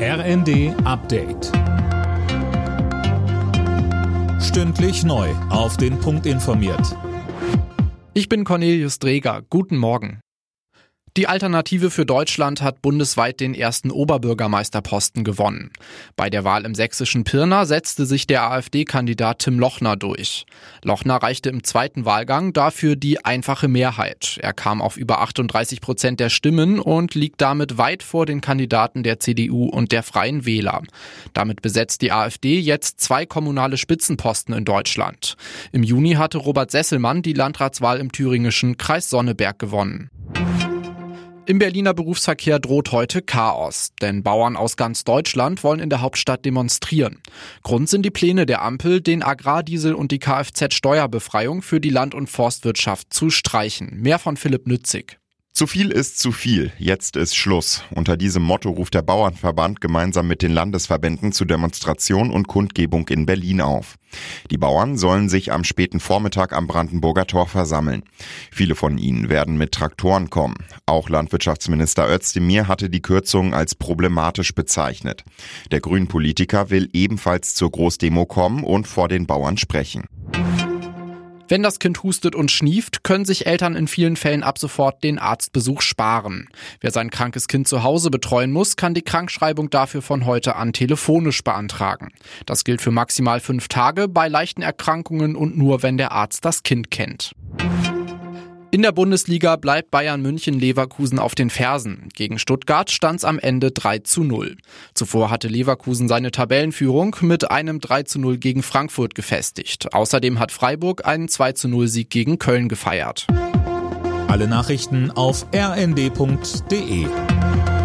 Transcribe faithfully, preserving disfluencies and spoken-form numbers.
R N D Update. Stündlich neu auf den Punkt informiert. Ich bin Cornelius Dreger. Guten Morgen. Die Alternative für Deutschland hat bundesweit den ersten Oberbürgermeisterposten gewonnen. Bei der Wahl im sächsischen Pirna setzte sich der AfD-Kandidat Tim Lochner durch. Lochner reichte im zweiten Wahlgang dafür die einfache Mehrheit. Er kam auf über achtunddreißig Prozent der Stimmen und liegt damit weit vor den Kandidaten der C D U und der Freien Wähler. Damit besetzt die AfD jetzt zwei kommunale Spitzenposten in Deutschland. Im Juni hatte Robert Sesselmann die Landratswahl im thüringischen Kreis Sonneberg gewonnen. Im Berliner Berufsverkehr droht heute Chaos, denn Bauern aus ganz Deutschland wollen in der Hauptstadt demonstrieren. Grund sind die Pläne der Ampel, den Agrardiesel und die Kfz-Steuerbefreiung für die Land- und Forstwirtschaft zu streichen. Mehr von Philipp Nützig. Zu viel ist zu viel. Jetzt ist Schluss. Unter diesem Motto ruft der Bauernverband gemeinsam mit den Landesverbänden zu Demonstration und Kundgebung in Berlin auf. Die Bauern sollen sich am späten Vormittag am Brandenburger Tor versammeln. Viele von ihnen werden mit Traktoren kommen. Auch Landwirtschaftsminister Özdemir hatte die Kürzungen als problematisch bezeichnet. Der Grünen-Politiker will ebenfalls zur Großdemo kommen und vor den Bauern sprechen. Wenn das Kind hustet und schnieft, können sich Eltern in vielen Fällen ab sofort den Arztbesuch sparen. Wer sein krankes Kind zu Hause betreuen muss, kann die Krankschreibung dafür von heute an telefonisch beantragen. Das gilt für maximal fünf Tage bei leichten Erkrankungen und nur, wenn der Arzt das Kind kennt. In der Bundesliga bleibt Bayern München Leverkusen auf den Fersen. Gegen Stuttgart stand's am Ende drei zu null. Zuvor hatte Leverkusen seine Tabellenführung mit einem drei zu null gegen Frankfurt gefestigt. Außerdem hat Freiburg einen zwei zu null Sieg gegen Köln gefeiert. Alle Nachrichten auf r n d punkt d e.